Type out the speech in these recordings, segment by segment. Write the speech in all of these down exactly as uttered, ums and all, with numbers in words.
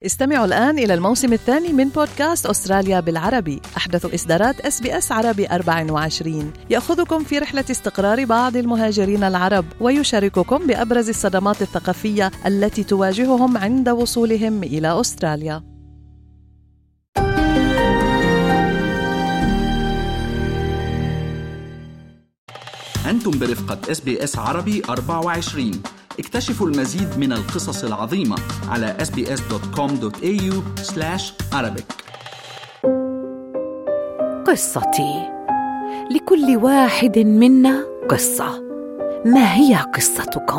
استمعوا الآن إلى الموسم الثاني من بودكاست أستراليا بالعربي، أحدث إصدارات إس بي إس عربي أربعة وعشرين، يأخذكم في رحلة استقرار بعض المهاجرين العرب ويشارككم بأبرز الصدمات الثقافية التي تواجههم عند وصولهم إلى أستراليا. أنتم برفقة إس بي إس عربي أربعة وعشرين. اكتشفوا المزيد من القصص العظيمة على إس بي إس دوت كوم دوت إيه يو سلاش عربيك. قصتي، لكل واحد منا قصة. ما هي قصتكم؟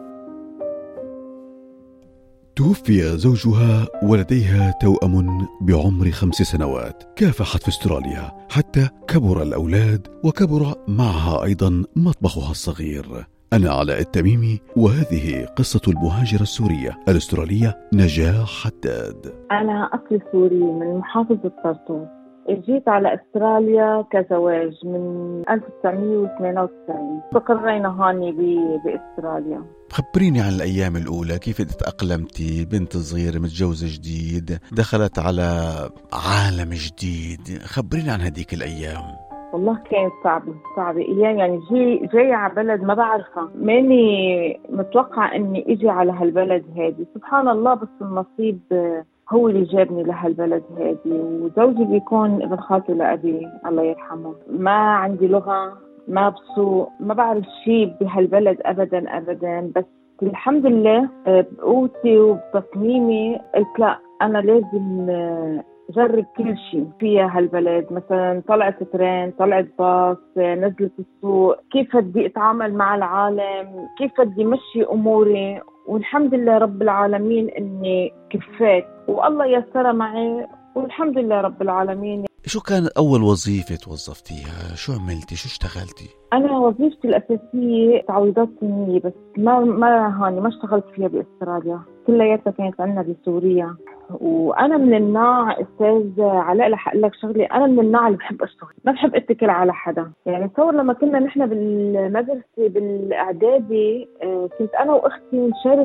توفي زوجها ولديها توأم بعمر خمس سنوات. كافحت في استراليا حتى كبر الأولاد وكبر معها أيضا مطبخها الصغير. أنا علاء التميمي، وهذه قصة المهاجرة السورية الأسترالية نجاح حداد. أنا أصلي سوري من محافظة طرطوس. جيت على أستراليا كزواج من ألف وتسعمية وثمانية وتسعين. استقرينا هون بأستراليا. خبريني عن الأيام الأولى، كيف تأقلمتي؟ بنت صغيرة متجوزة جديد، دخلت على عالم جديد، خبريني عن هذيك الأيام. والله كانت صعبة صعبة أيام، يعني جي جاي على بلد ما بعرفها، ماني متوقع إني إجي على هالبلد هادي. سبحان الله، بس النصيب هو اللي جابني لهالبلد هادي. وزوجي بيكون ابن خالته لأبي الله يرحمه. ما عندي لغة، ما بسوق، ما بعرف شيء بهالبلد أبدا أبدا، بس الحمد لله بقوتي وبتصميمي قلت لا، أنا لازم جرب كل شيء فيها هالبلد. مثلا طلعت ترين، طلعت باص، نزلت السوق، كيف بدي اتعامل مع العالم، كيف بدي مشي اموري. والحمد لله رب العالمين اني كفيت والله يسر معي، والحمد لله رب العالمين. شو كان اول وظيفة توظفتيها؟ شو عملتي؟ شو اشتغلتي؟ انا وظيفتي الاساسية تعويضات سنية، بس ما ما هاني ما اشتغلت فيها باستراليا، كلياتها كانت عندنا بسوريا. وانا من النوع استاذ علاء رح اقول لك شغله، انا من النوع اللي بحب اشتغل، ما بحب اتكل على حدا. يعني تصور لما كنا نحن بالمدرسه بالاعدادي، كنت انا واختي نشارك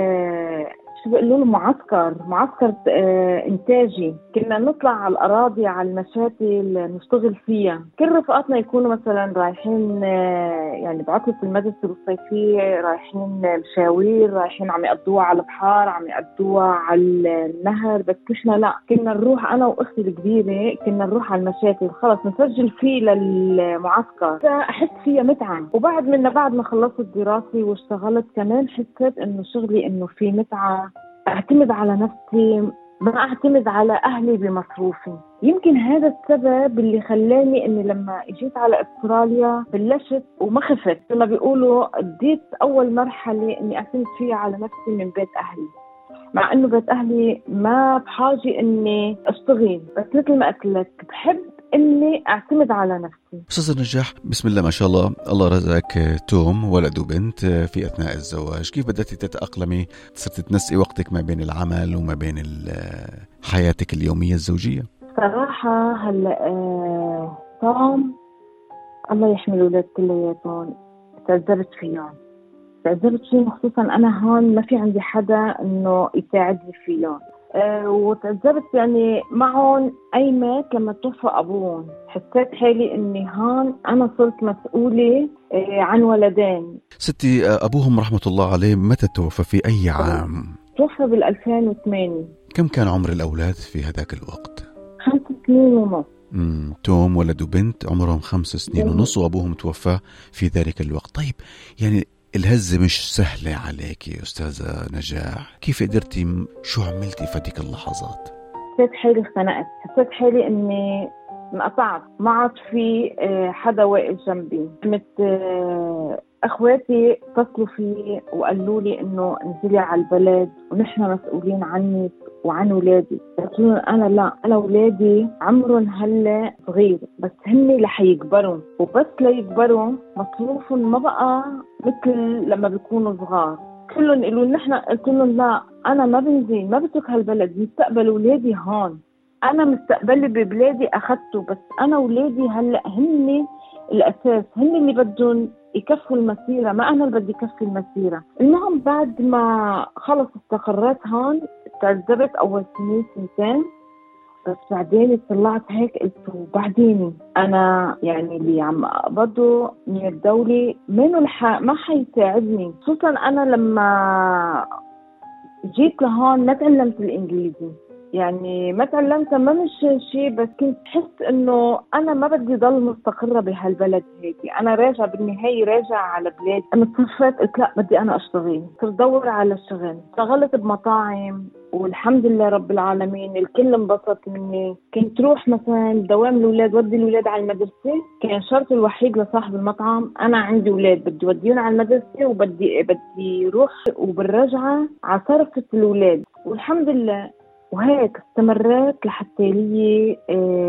شو بيقولوا له معسكر معسكر انتاجي. كنا نطلع على الاراضي على المشاتل نشتغل فيها. كل رفقاتنا يكونوا مثلا رايحين يعني بعطلة المدرسه الصيفيه، رايحين مشاوير، رايحين عم يقضوها على البحر، عم يقضوها على النهر. بس كشنا لا، كنا نروح انا واختي الكبيره، كنا نروح على المشاتل خلص نسجل فيه للمعسكر. فاحس فيها متعه. وبعد من بعد ما خلصت دراسي واشتغلت كمان حسيت انه شغلي انه في متعه، اعتمد على نفسي، ما اعتمد على اهلي بمصروفي. يمكن هذا السبب اللي خلاني اني لما اجيت على استراليا بلشت وما خفت. لما بيقولوا اديت اول مرحله اني اعتمد فيها على نفسي من بيت اهلي، مع انه بيت اهلي ما بحاجه اني اشتغل، بس مثل ما قلت لك بحب اني اعتمد على نفسي. استاذ نجاح، بسم الله ما شاء الله، الله رزقك توم ولد وبنت في اثناء الزواج. كيف بدأتي تتأقلمي؟ صرتي تنسقي وقتك ما بين العمل وما بين حياتك اليوميه الزوجيه؟ صراحه هلا آه توم الله يحمي الاولاد كلياتهم، تعذبت فيهم تعذبت فيهم خصوصا انا هون ما في عندي حدا انه يساعدني فيهم. أه وتعذبت يعني معهم أيمت لما توفى أبوهم. حسيت حالي إني هون أنا صرت مسؤولة أه عن ولدين. ستي أبوهم رحمة الله عليه متى توفى؟ في أي عام؟ توفى بالألفين وثمانية. كم كان عمر الأولاد في هذاك الوقت؟ خمس سنين ونص. امم توم ولد وبنت عمرهم خمس سنين ونص وأبوهم توفى في ذلك الوقت. طيب يعني الهزة مش سهلة عليك يا أستاذة نجاح، كيف قدرتي؟ شو عملتي في هذيك اللحظات؟ حسيت حالي اختنقت، حسيت حالي إني انقطعت، ما عاد في حدا واقف جنبي. قمت أخواتي اتصلوا فيه وقالوا لي إنه انزلي على البلد ونحن مسؤولين عنك وعن ولادي. قلت لهم أنا لا، أنا ولادي عمرهم هلا صغير، بس هني رح يكبروا، وبس ليكبروا مصروفهم ما بقى مثل لما بيكونوا صغار. كلهم قالوا نحن، قلت لهم لا، أنا ما بنزل، ما بترك هالبلد، مستقبل ولادي هون. أنا مستقبلي ببلادي أخذته، بس أنا ولادي هلا هن الأساس، هن اللي بدهم يكفوا المسيرة، ما أنا اللي بدي كفي المسيرة. المهم بعد ما خلص استقرت هون تعذبت أول سنة سنتين، بس بعدين طلعت هيك قلت وبعدين أنا يعني اللي عم أقبضه من الدولة منه الحق ما حيساعدني، خصوصا أنا لما جيت لهون ما تعلمت الإنجليزي، يعني ما تعلمتها ما مش شيء، بس كنت حس إنه أنا ما بدي ضل مستقرة بهالبلد هيك، أنا راجع بالنهاية راجع على بلاد. أنا صفت قلت لا بدي أنا أشتغل، صرت أدور على الشغل، اشتغلت بمطاعم والحمد لله رب العالمين الكل انبسط مني. كنت روح مثلا دوام الأولاد، ودي الأولاد على المدرسة، كان شرط الوحيد لصاحب المطعم أنا عندي أولاد بدي وديهم على المدرسة وبدي بدي روح وبالرجعة على صرفة الأولاد، والحمد لله وهيك استمرت لحتى لي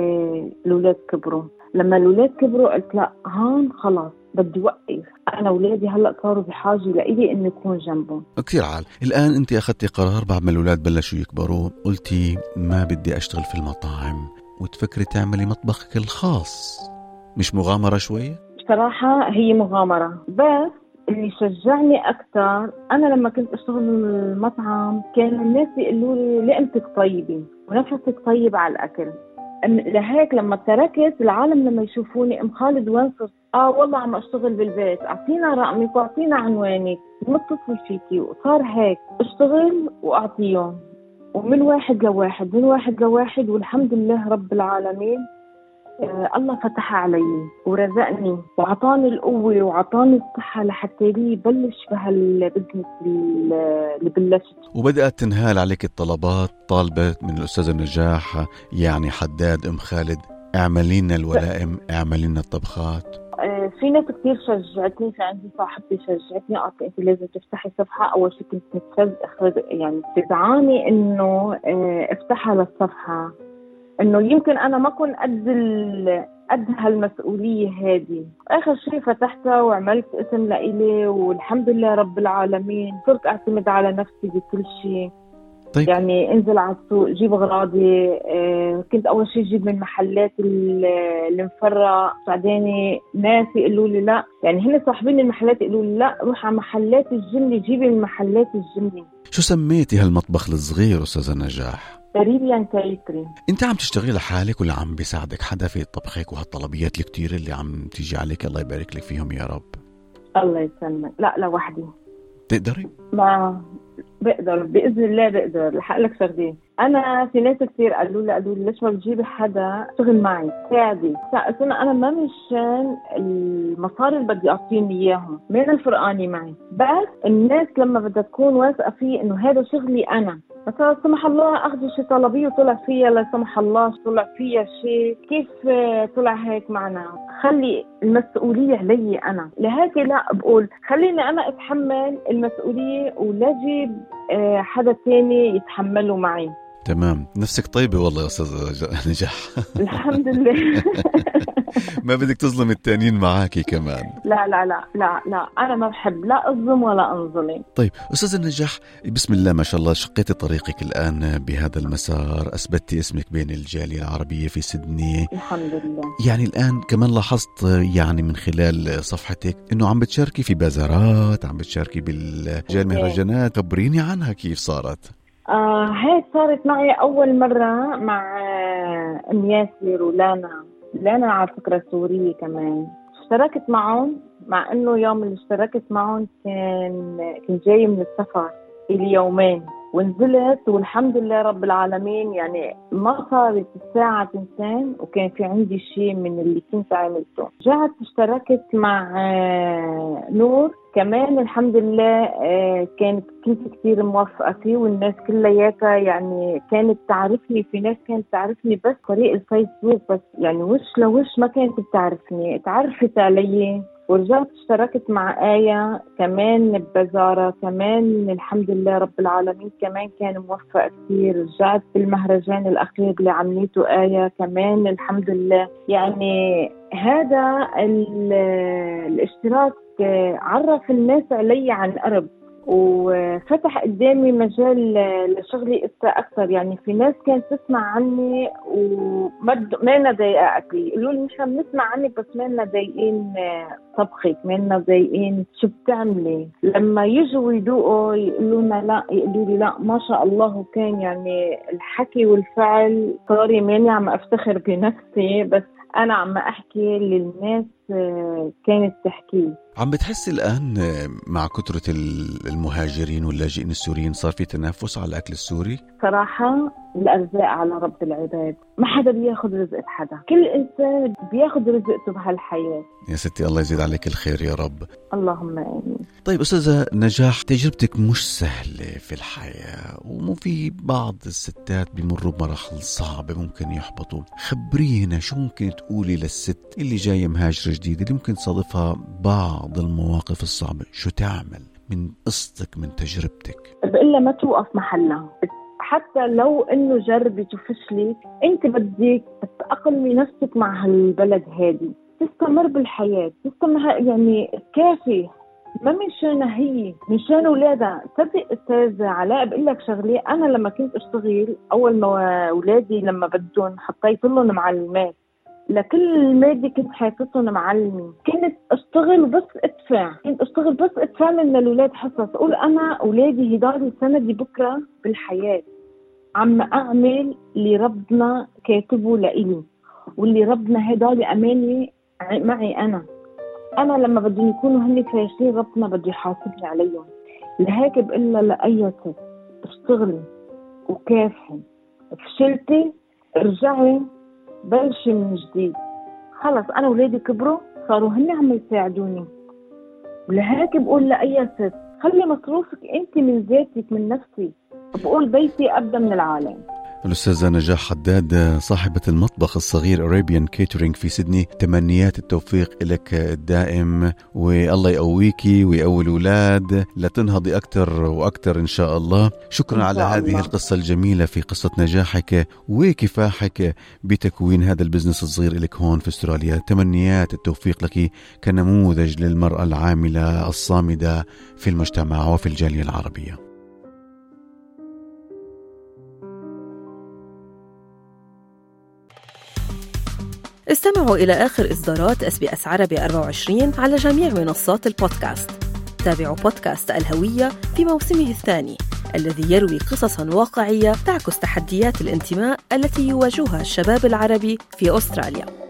آه الأولاد كبروا. لما الأولاد كبروا قلت لا هون خلاص بدي وقف، أنا أولادي هلأ صاروا بحاجة لإلي إني أكون جنبهم. كثير عال. الآن أنت أخذتي قرار بعد ما الأولاد بلشوا يكبروا، قلتي ما بدي أشتغل في المطاعم وتفكري تعملي مطبخك الخاص، مش مغامرة شوية؟ بصراحة هي مغامرة، بس اللي شجعني أكتر أنا لما كنت أشتغل بالمطعم كان الناس يقولوا لي لقمتك طيبة ونفسك طيب على الأكل. لهيك لما تركت العالم لما يشوفوني ام خالد وين صرت، اه والله عم اشتغل بالبيت، اعطينا رقمك واعطينا عنوانك نتصل فيكي، وصار هيك اشتغل واعطيهم، ومن واحد لواحد من واحد لواحد والحمد لله رب العالمين. آه الله فتح علي ورزقني وعطاني القوة وعطاني الصحة لحتى لي بلش بهالبزنس اللي بلشت. وبدأت تنهال عليك الطلبات، طالبت من الأستاذة نجاح يعني حداد ام خالد اعملي لنا الولائم، اعملي لنا الطبخات. آه في ناس كتير شجعتني، في عندي صاحبتي شجعتني قالت انت لازم تفتحي صفحة. اول شيء كنت متفز يعني تدعاني انه آه افتحها للصفحة، انه يمكن انا ما كنت قد قد هالمسؤوليه هذه. اخر شيء فتحتها وعملت اسم لإلي والحمد لله رب العالمين، صرت اعتمد على نفسي بكل شيء. طيب. يعني انزل على السوق جيب اغراضي، آه كنت اول شيء جيب من محلات المفرة، بعدين ناس يقولوا لي لا، يعني هن صاحبين المحلات يقولوا لي لا روح على محلات الجمله، جيبي من محلات الجمله. شو سميتي هالمطبخ الصغير استاذة نجاح؟ كاريبيان كايتري. انت عم تشتغلي لحالك ولا عم بيساعدك حدا في طبخك وهالطلبيات الكتير اللي عم تيجي عليك؟ الله يبارك لك فيهم يا رب. الله يسلمك. لا لوحدي. تقدري؟ ما بقدر بإذن الله بقدر. رح أقول لك شغلة، أنا في ناس كثير قالوا لي قالوا لي ليش ما بتجيبي حدا شغل معي ساعدي؟ قلت أنا ما مشان المصاري اللي بدي أعطيهم إياهم، مين الفرقاني معي، بس الناس لما بدها تكون واثقة فيه إنه هذا شغلي أنا. مثلا لا سمح الله أخذ شيء طلبية وطلع فيها لا سمح الله طلع فيها شيء، كيف طلع هيك معنا؟ خلي المسؤولية علي أنا. لهيك لا بقول خليني أنا أتحمل المسؤولية ولا أجيب حدا تاني يتحمله معي. تمام. نفسك طيبة والله يا أستاذ نجاح. الحمد لله. ما بدك تظلم التانيين معاكي كمان. لا لا لا لا لا أنا ما بحب لا أظلم ولا أنظلم. طيب أستاذ نجاح، بسم الله ما شاء الله شقيتي طريقك الآن بهذا المسار، أثبتي اسمك بين الجالية العربية في سيدني الحمد لله. يعني الآن كمان لاحظت يعني من خلال صفحتك إنه عم بتشاركي في بازارات، عم بتشاركي بالجال مهرجانات، خبريني عنها كيف صارت؟ آه هيك صارت معي أول مرة مع آه أم ياسر ولانا. لانا على فكرة سورية كمان. اشتركت معهم، مع إنه يوم اللي اشتركت معهم كان كان جاي من السفر إلي يومين، ونزلت والحمد لله رب العالمين يعني ما صارت الساعة تنتين وكان في عندي شيء من اللي كنت عملته. جاءت اشتركت مع آه نور كمان الحمد لله. آه كانت كنت كتير موفقة فيه، والناس كلياتها يعني كانت تعرفني. في ناس كانت تعرفني بس طريق الفيسبوك بس، يعني وش لوش ما كانت بتعرفني، تعرفت علي. ورجعت اشتركت مع آية كمان ببازارة كمان الحمد لله رب العالمين، كمان كان موفق كثير. رجعت بالمهرجان الأخير اللي عمليته آية كمان الحمد لله. يعني هذا الاشتراك عرف الناس علي عن قرب، وفتح قدامي مجال لشغلي أكثر. يعني في ناس كانت تسمع عني وما لنا ضايقة أكلي، يقولوا لي مش بنسمع عنك بس ما لنا ضايقين طبخك، ما لنا ضايقين شو بتعملي. لما يجوا يدوقوا يقولوا لنا لا، يقولوا لي لا ما شاء الله. وكان يعني الحكي والفعل صار ماني عم أفتخر بنفسي، بس أنا عم أحكي للناس كانت تحكي. عم بتحس الآن مع كثرة المهاجرين واللاجئين السوريين صار في تنافس على الأكل السوري؟ صراحة الأرزاق على رب العباد، ما حدا بياخد رزقة حدا، كل إنسان بياخد رزقته بهالحياة. يا ستي الله يزيد عليك الخير يا رب. اللهم آمين. طيب أستاذة نجاح، تجربتك مش سهلة في الحياة، ومو في بعض الستات بيمروا بمراحل صعبة ممكن يحبطوا. خبرينا شو ممكن تقولي للست اللي جاية مهاجرة جديدة اللي ممكن تصادفها بعض المواقف الصعبة، شو تعمل من قصتك من تجربتك؟ بقول ما توقف محلها، حتى لو انه جربت وفشلت انت بدك تأقلمي نفسك مع هالبلد هادي، تستمر بالحياة، تستمر يعني كافي، ما من شانها هي، من شان أولادها. تصدق أستاذ علاء بقول لك شغلة، أنا لما كنت أشتغل أول ما أولادي لما بدهم حطيت لهم معلمات لكل مادة كنت حاطتهم معلمين، كنت أشتغل بس أدفع، كنت أشتغل بس أدفع من الأولاد حصص، أقول أنا أولادي هداري سندي بكرة بالحياة، عم أعمل اللي ربنا كاتبه لإلي، واللي ربنا هداري أماني معي أنا. أنا لما بدهم يكونوا هني فاشلين ربنا بده يحاسبني عليهم. لهيك بقول لها لأي ست اشتغلي وكافحي، فشلتي ارجعي بلشي من جديد. خلص أنا أولادي كبروا صاروا هني عم يساعدوني. ولهيك بقول لأي ست خلي مصروفك أنت من ذاتك من نفسي، بقول بيتي أبدأ من العالم. الأستاذة نجاح حداد صاحبة المطبخ الصغير أرابيان كيترينج في سيدني، تمنيات التوفيق لك الدائم، والله يقويكي ويقوي الأولاد لتنهضي أكتر وأكتر إن شاء الله. شكرا على الله. هذه القصة الجميلة في قصة نجاحك وكفاحك بتكوين هذا البزنس الصغير لك هون في أستراليا. تمنيات التوفيق لك كنموذج للمرأة العاملة الصامدة في المجتمع وفي الجالية العربية. استمعوا إلى آخر إصدارات إس بي إس عربي أربعة وعشرين على جميع منصات البودكاست. تابعوا بودكاست الهوية في موسمه الثاني الذي يروي قصصاً واقعية تعكس تحديات الانتماء التي يواجهها الشباب العربي في أستراليا.